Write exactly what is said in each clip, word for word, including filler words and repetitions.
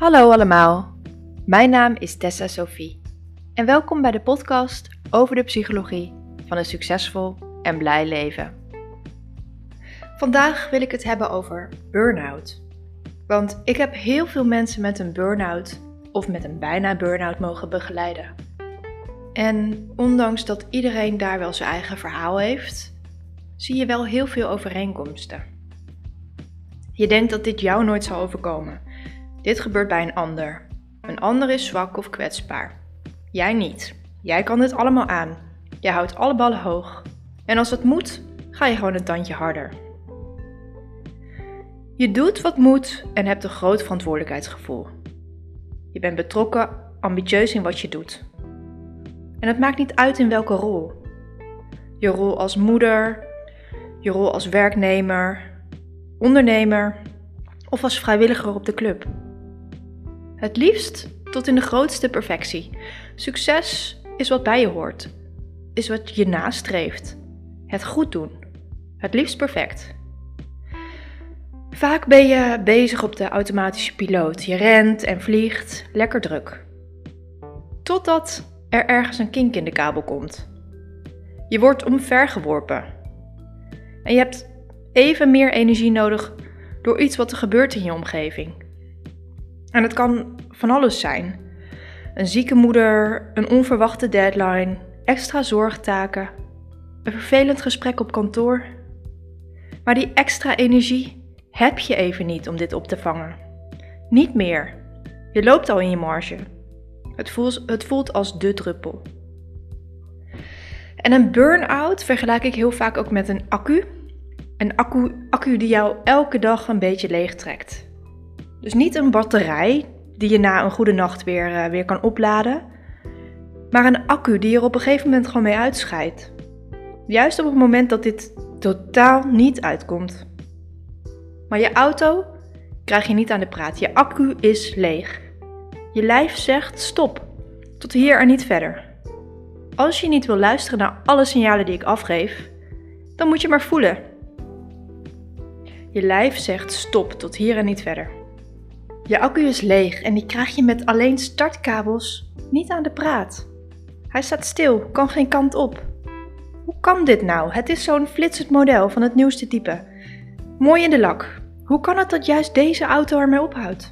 Hallo allemaal, mijn naam is Tessa Sophie en welkom bij de podcast over de psychologie van een succesvol en blij leven. Vandaag wil ik het hebben over burn-out. Want ik heb heel veel mensen met een burn-out of met een bijna burn-out mogen begeleiden. En ondanks dat iedereen daar wel zijn eigen verhaal heeft, zie je wel heel veel overeenkomsten. Je denkt dat dit jou nooit zal overkomen. Dit gebeurt bij een ander. Een ander is zwak of kwetsbaar. Jij niet. Jij kan dit allemaal aan. Jij houdt alle ballen hoog. En als het moet, ga je gewoon een tandje harder. Je doet wat moet en hebt een groot verantwoordelijkheidsgevoel. Je bent betrokken, ambitieus in wat je doet. En het maakt niet uit in welke rol. Je rol als moeder, je rol als werknemer, ondernemer of als vrijwilliger op de club. Het liefst tot in de grootste perfectie. Succes is wat bij je hoort, is wat je nastreeft. Het goed doen, het liefst perfect. Vaak ben je bezig op de automatische piloot. Je rent en vliegt, lekker druk. Totdat er ergens een kink in de kabel komt. Je wordt omvergeworpen. En je hebt even meer energie nodig door iets wat er gebeurt in je omgeving. En het kan van alles zijn. Een zieke moeder, een onverwachte deadline, extra zorgtaken, een vervelend gesprek op kantoor. Maar die extra energie heb je even niet om dit op te vangen. Niet meer. Je loopt al in je marge. Het voelt, het voelt als de druppel. En een burn-out vergelijk ik heel vaak ook met een accu. Een accu, accu die jou elke dag een beetje leeg trekt. Dus niet een batterij die je na een goede nacht weer, uh, weer kan opladen. Maar een accu die er op een gegeven moment gewoon mee uitscheidt. Juist op het moment dat dit totaal niet uitkomt. Maar je auto krijg je niet aan de praat. Je accu is leeg. Je lijf zegt stop. Tot hier en niet verder. Als je niet wil luisteren naar alle signalen die ik afgeef, dan moet je maar voelen. Je lijf zegt stop, tot hier en niet verder. Je accu is leeg en die krijg je met alleen startkabels niet aan de praat. Hij staat stil, kan geen kant op. Hoe kan dit nou? Het is zo'n flitsend model van het nieuwste type. Mooi in de lak. Hoe kan het dat juist deze auto ermee ophoudt?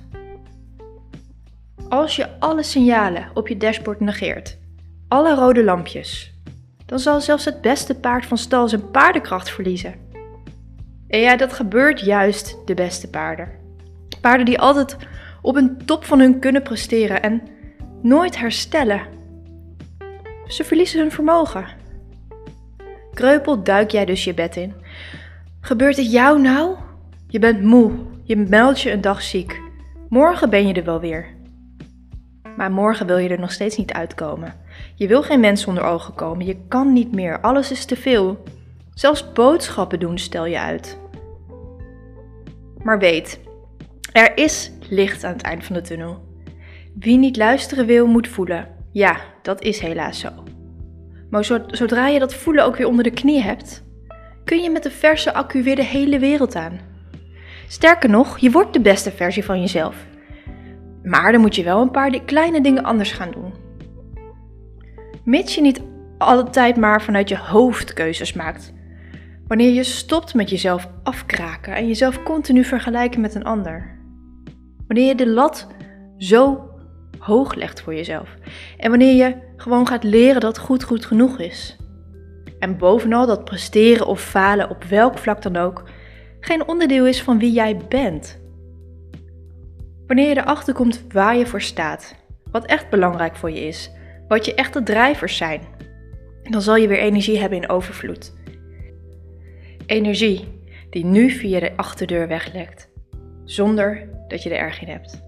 Als je alle signalen op je dashboard negeert, alle rode lampjes, dan zal zelfs het beste paard van stal zijn paardenkracht verliezen. En ja, dat gebeurt juist de beste paarden. Paarden die altijd op een top van hun kunnen presteren en nooit herstellen. Ze verliezen hun vermogen. Kreupel duik jij dus je bed in. Gebeurt het jou nou? Je bent moe, je meldt je een dag ziek. Morgen ben je er wel weer. Maar morgen wil je er nog steeds niet uitkomen. Je wil geen mens onder ogen komen, je kan niet meer, alles is te veel. Zelfs boodschappen doen stel je uit. Maar weet, er is licht aan het eind van de tunnel. Wie niet luisteren wil, moet voelen. Ja, dat is helaas zo. Maar zodra je dat voelen ook weer onder de knie hebt, kun je met een verse accu weer de hele wereld aan. Sterker nog, je wordt de beste versie van jezelf. Maar dan moet je wel een paar kleine dingen anders gaan doen. Mits je niet altijd maar vanuit je hoofd keuzes maakt. Wanneer je stopt met jezelf afkraken en jezelf continu vergelijken met een ander. Wanneer je de lat zo hoog legt voor jezelf. En wanneer je gewoon gaat leren dat goed goed genoeg is. En bovenal dat presteren of falen op welk vlak dan ook geen onderdeel is van wie jij bent. Wanneer je erachter komt waar je voor staat, wat echt belangrijk voor je is, wat je echte drijvers zijn, dan zal je weer energie hebben in overvloed. Energie die nu via de achterdeur weglekt, zonder dat je er erg in hebt.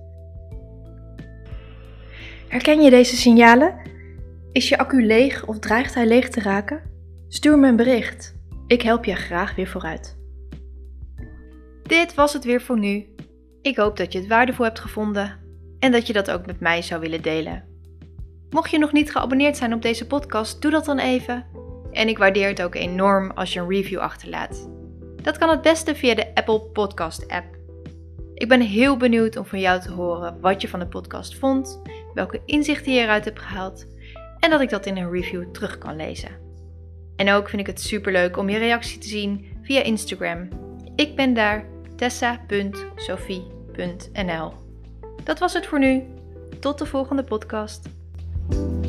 Herken je deze signalen? Is je accu leeg of dreigt hij leeg te raken? Stuur me een bericht. Ik help je graag weer vooruit. Dit was het weer voor nu. Ik hoop dat je het waardevol hebt gevonden en dat je dat ook met mij zou willen delen. Mocht je nog niet geabonneerd zijn op deze podcast, doe dat dan even. En ik waardeer het ook enorm als je een review achterlaat. Dat kan het beste via de Apple Podcast app. Ik ben heel benieuwd om van jou te horen wat je van de podcast vond, welke inzichten je eruit hebt gehaald en dat ik dat in een review terug kan lezen. En ook vind ik het superleuk om je reactie te zien via Instagram. Ik ben daar tessa punt sophie punt n l. Dat was het voor nu. Tot de volgende podcast.